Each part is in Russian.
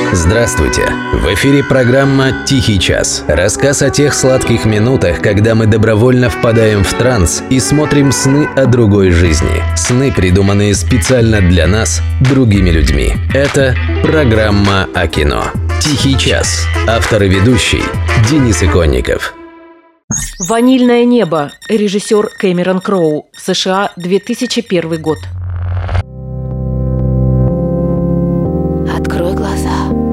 Здравствуйте! В эфире программа «Тихий час». Рассказ о тех сладких минутах, когда мы добровольно впадаем в транс и смотрим сны о другой жизни. Сны, придуманные специально для нас, другими людьми. Это программа о кино. «Тихий час». Автор и ведущий Денис Иконников. «Ванильное небо». Режиссер Кэмерон Кроу. США, 2001 год. Открой глаза.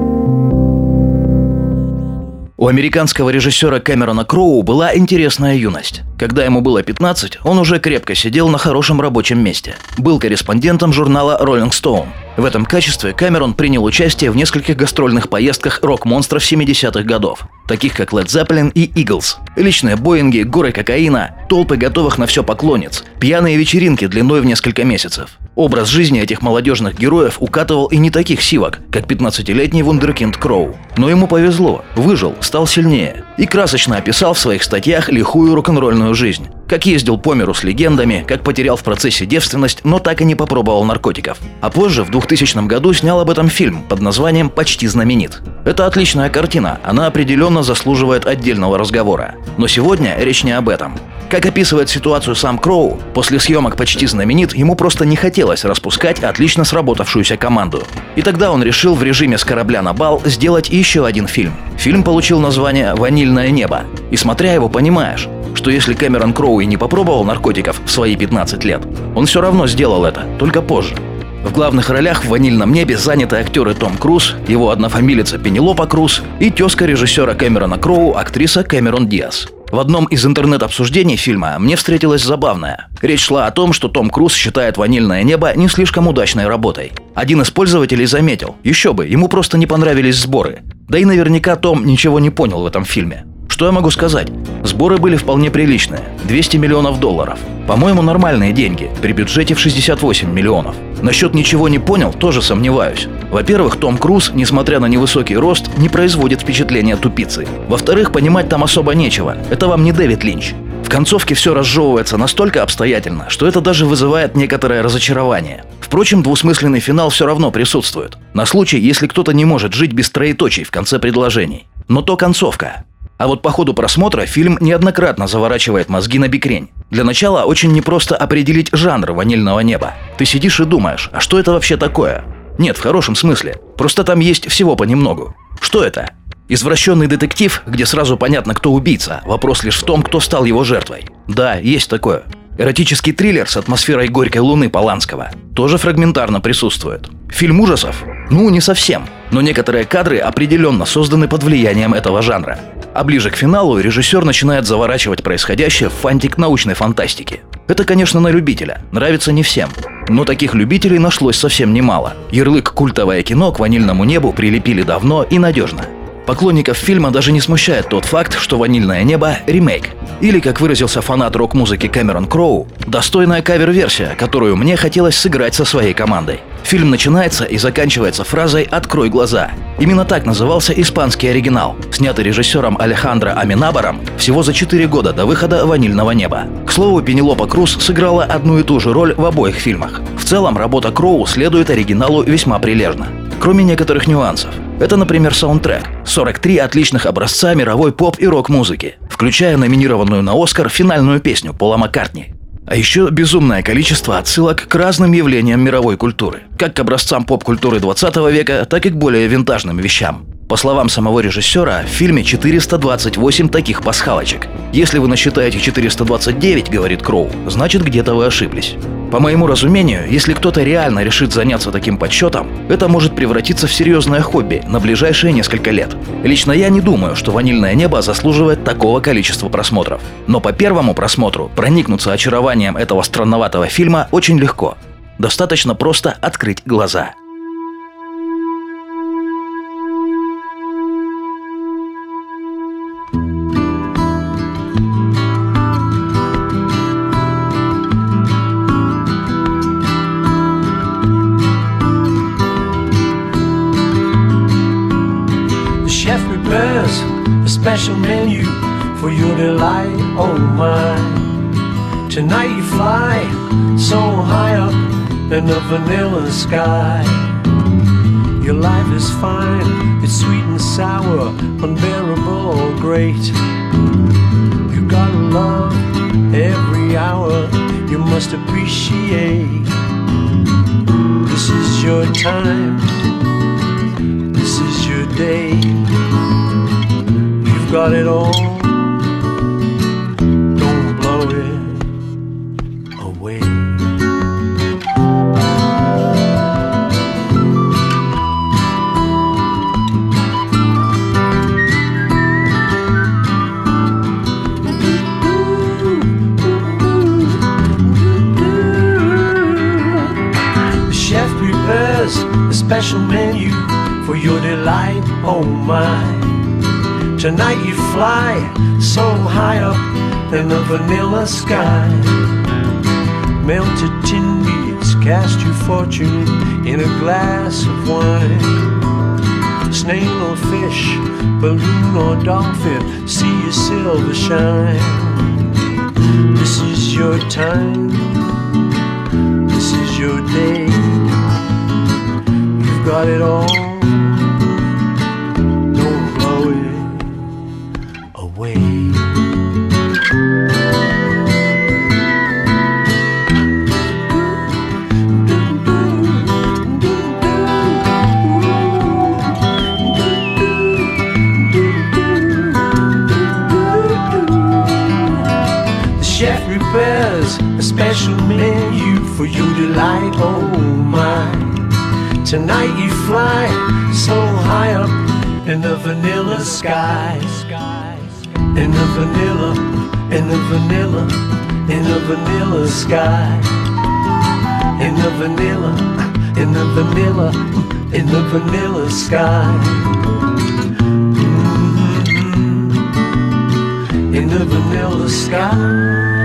У американского режиссера Кэмерона Кроу была интересная юность. Когда ему было 15, он уже крепко сидел на хорошем рабочем месте. Был корреспондентом журнала Rolling Stone. В этом качестве Кэмерон принял участие в нескольких гастрольных поездках рок-монстров 70-х годов, таких как Led Zeppelin и Eagles. Личные Боинги, горы кокаина, толпы готовых на все поклонниц, пьяные вечеринки длиной в несколько месяцев. Образ жизни этих молодежных героев укатывал и не таких сивок, как 15-летний вундеркинд Кроу. Но ему повезло, выжил, стал сильнее и красочно описал в своих статьях лихую рок-н-ролльную жизнь. Как ездил по миру с легендами, как потерял в процессе девственность, но так и не попробовал наркотиков. А позже, в 2000 году, снял об этом фильм под названием «Почти знаменит». Это отличная картина, она определенно заслуживает отдельного разговора. Но сегодня речь не об этом. Как описывает ситуацию сам Кроу, после съемок «Почти знаменит» ему просто не хотелось распускать отлично сработавшуюся команду. И тогда он решил в режиме «с корабля на бал» сделать еще один фильм. Фильм получил название «Ванильное небо». И смотря его, понимаешь, что если Кэмерон Кроу и не попробовал наркотиков в свои 15 лет, он все равно сделал это, только позже. В главных ролях в «Ванильном небе» заняты актеры Том Круз, его однофамилица Пенелопа Круз и тезка режиссера Кэмерона Кроу, актриса Кэмерон Диаз. В одном из интернет-обсуждений фильма мне встретилось забавное. Речь шла о том, что Том Круз считает «Ванильное небо» не слишком удачной работой. Один из пользователей заметил, еще бы, ему просто не понравились сборы. Да и наверняка Том ничего не понял в этом фильме. Что я могу сказать? Сборы были вполне приличные – $200 миллионов. По-моему, нормальные деньги, при бюджете в 68 миллионов. Насчет ничего не понял, тоже сомневаюсь. Во-первых, Том Круз, несмотря на невысокий рост, не производит впечатления тупицы. Во-вторых, понимать там особо нечего, это вам не Дэвид Линч. В концовке все разжевывается настолько обстоятельно, что это даже вызывает некоторое разочарование. Впрочем, двусмысленный финал все равно присутствует. На случай, если кто-то не может жить без троеточий в конце предложений. Но то концовка. А вот по ходу просмотра фильм неоднократно заворачивает мозги на бекрень. Для начала очень непросто определить жанр «Ванильного неба». Ты сидишь и думаешь, а что это вообще такое? Нет, в хорошем смысле. Просто там есть всего понемногу. Что это? Извращенный детектив, где сразу понятно, кто убийца. Вопрос лишь в том, кто стал его жертвой. Да, есть такое. Эротический триллер с атмосферой «Горькой луны» Поланского тоже фрагментарно присутствует. Фильм ужасов? Ну, не совсем. Но некоторые кадры определенно созданы под влиянием этого жанра. А ближе к финалу режиссер начинает заворачивать происходящее в фантик научной фантастики. Это, конечно, на любителя. Нравится не всем. Но таких любителей нашлось совсем немало. Ярлык «культовое кино» к «Ванильному небу» прилепили давно и надежно. Поклонников фильма даже не смущает тот факт, что «Ванильное небо» — ремейк. Или, как выразился фанат рок-музыки Кэмерон Кроу, достойная кавер-версия, которую мне хотелось сыграть со своей командой. Фильм начинается и заканчивается фразой «Открой глаза». Именно так назывался испанский оригинал, снятый режиссером Алехандро Аменабаром всего за 4 года до выхода «Ванильного неба». К слову, Пенелопа Круз сыграла одну и ту же роль в обоих фильмах. В целом, работа Кроу следует оригиналу весьма прилежно. Кроме некоторых нюансов. Это, например, саундтрек. 43 отличных образца мировой поп- и рок-музыки, включая номинированную на «Оскар» финальную песню Пола Маккартни. А еще безумное количество отсылок к разным явлениям мировой культуры, как к образцам поп-культуры 20 века, так и к более винтажным вещам. По словам самого режиссера, в фильме 428 таких пасхалочек. Если вы насчитаете 429, говорит Кроу, значит где-то вы ошиблись. По моему разумению, если кто-то реально решит заняться таким подсчетом, это может превратиться в серьезное хобби на ближайшие несколько лет. Лично я не думаю, что «Ванильное небо» заслуживает такого количества просмотров. Но по первому просмотру проникнуться очарованием этого странноватого фильма очень легко. Достаточно просто открыть глаза. Chef prepares a special menu for your delight, oh my. Tonight you fly so high up in the vanilla sky. Your life is fine, it's sweet and sour, unbearable or great. You gotta love every hour, you must appreciate. This is your time, this is your day. You've got it all, don't blow it away. A special menu for your delight, oh my. Tonight you fly so high up in the vanilla sky. Melted tin beads cast your fortune in a glass of wine. Snail or fish, balloon or dolphin, see your silver shine. This is your time, this is your day. Got it all, don't blow it away. The chef prepares a special menu for your delight, oh my. Tonight you fly so high up in the vanilla sky. In the vanilla, in the vanilla, in the vanilla sky. In the vanilla, in the vanilla, in the vanilla sky. In the vanilla sky.